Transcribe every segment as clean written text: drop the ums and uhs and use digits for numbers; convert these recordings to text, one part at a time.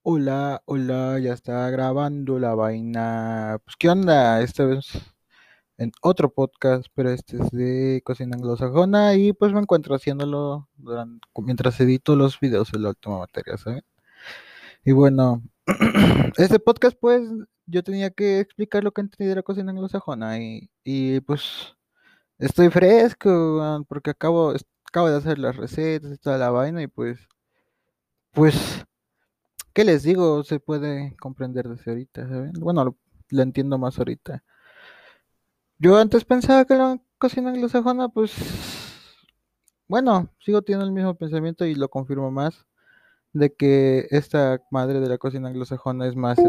Hola, hola, ya está grabando la vaina. Pues, ¿qué onda? Esta vez en otro podcast, pero este es de cocina anglosajona y pues me encuentro haciéndolo mientras edito los videos de la última materia, ¿sabes? Y bueno, este podcast pues yo tenía que explicar lo que entendí de la cocina anglosajona y pues estoy fresco, porque acabo de hacer las recetas y toda la vaina y pues ¿qué les digo? Se puede comprender desde ahorita, ¿saben? Bueno, lo entiendo más ahorita. Yo antes pensaba que la cocina anglosajona, pues, bueno, sigo teniendo el mismo pensamiento y lo confirmo más, de que esta madre de la cocina anglosajona es más,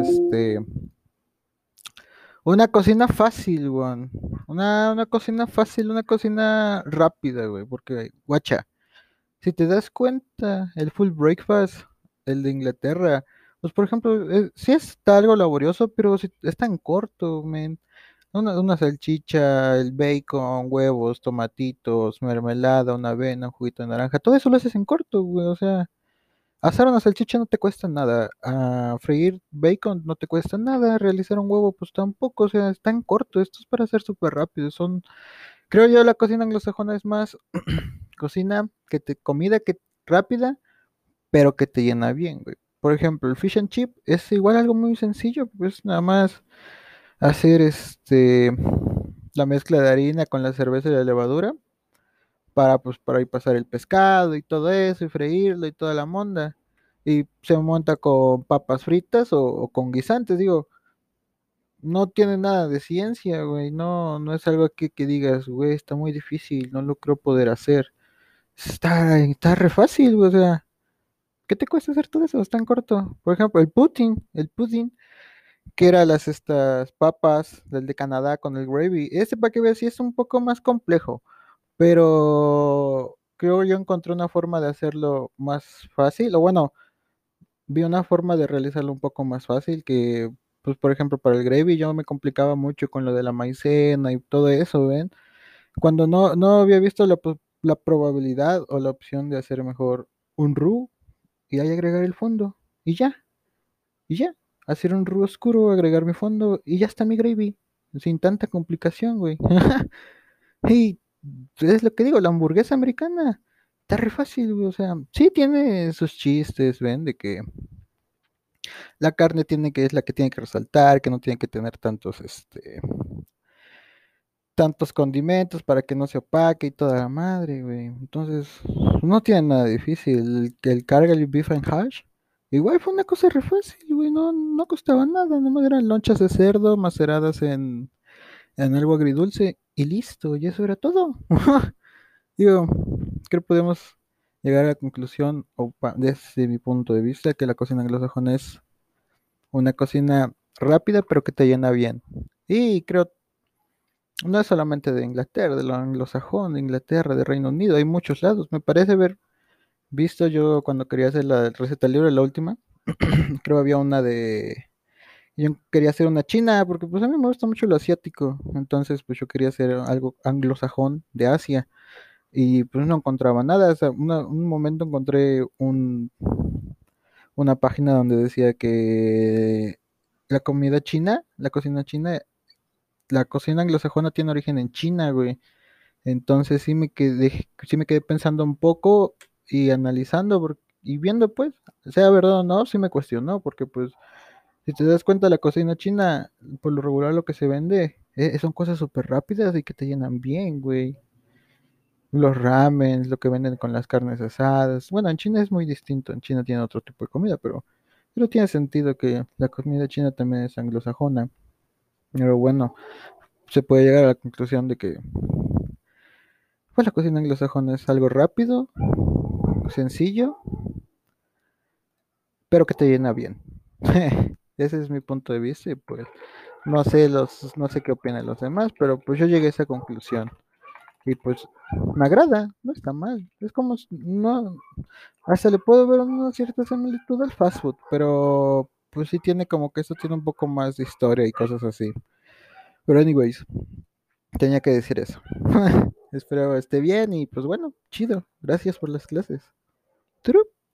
una cocina fácil, weón. Una cocina fácil, una cocina rápida, güey, porque, guacha. Si te das cuenta, el full breakfast, el de Inglaterra, pues por ejemplo, sí está algo laborioso, pero es tan corto, men. Una salchicha, el bacon, huevos, tomatitos, mermelada, una avena, un juguito de naranja, todo eso lo haces en corto, güey. O sea, asar una salchicha no te cuesta nada, freír bacon no te cuesta nada, realizar un huevo pues tampoco, o sea, es tan corto, esto es para hacer súper rápido, creo yo la cocina anglosajona es más cocina comida que rápida, pero que te llena bien, güey. Por ejemplo, el fish and chip es igual algo muy sencillo, pues nada más hacer la mezcla de harina con la cerveza y la levadura para pues para ahí pasar el pescado y todo eso y freírlo y toda la monda. Y se monta con papas fritas o con guisantes, digo, no tiene nada de ciencia, güey, no es algo que digas, güey, está muy difícil, no lo creo poder hacer. Está re fácil, güey, o sea, ¿qué te cuesta hacer todo eso? Es tan corto. Por ejemplo, el pudding, que era estas papas del de Canadá con el gravy. Ese para que veas sí es un poco más complejo, pero creo yo encontré una forma de hacerlo más fácil, o bueno, vi una forma de realizarlo un poco más fácil que, pues por ejemplo, para el gravy yo me complicaba mucho con lo de la maicena y todo eso, ¿ven? Cuando no había visto la probabilidad o la opción de hacer mejor un roux y ahí agregar el fondo y ya, hacer un roux oscuro, agregar mi fondo y ya está mi gravy, sin tanta complicación, güey. Y es lo que digo, la hamburguesa americana está re fácil, güey, o sea, sí tiene sus chistes, ven, de que la carne es la que tiene que resaltar, que no tiene que tener tantos condimentos para que no se opaque y toda la madre, güey. Entonces, no tiene nada difícil. El carga el beef and hash, igual fue una cosa re fácil, güey. No costaba nada, nomás eran lonchas de cerdo maceradas en algo agridulce y listo, y eso era todo. Digo, creo que podemos llegar a la conclusión, desde mi punto de vista, que la cocina anglosajona es una cocina rápida, pero que te llena bien. Y creo no es solamente de Inglaterra, de lo anglosajón, de Inglaterra, de Reino Unido, hay muchos lados. Me parece haber visto yo cuando quería hacer la receta libre, la última, creo había yo quería hacer una china, porque pues a mí me gusta mucho lo asiático, entonces pues yo quería hacer algo anglosajón de Asia, y pues no encontraba nada, o sea, un momento encontré una página donde decía que la cocina china, la cocina anglosajona tiene origen en China, güey. Entonces sí me quedé pensando un poco y analizando y viendo pues, sea verdad o no, sí me cuestionó, porque pues si te das cuenta la cocina china, por lo regular lo que se vende son cosas súper rápidas y que te llenan bien, güey. Los ramen, lo que venden con las carnes asadas. Bueno, en China es muy distinto, en China tiene otro tipo de comida, pero tiene sentido que la comida china también es anglosajona. Pero bueno, se puede llegar a la conclusión de que pues la cocina anglosajona es algo rápido, sencillo, pero que te llena bien. Ese es mi punto de vista y pues no sé qué opinan los demás, pero pues yo llegué a esa conclusión y pues me agrada, no está mal. Es como, no, hasta le puedo ver una cierta similitud al fast food, pero pues sí tiene como que esto tiene un poco más de historia y cosas así. Pero anyways, tenía que decir eso. Espero esté bien y pues bueno, chido. Gracias por las clases. Turup.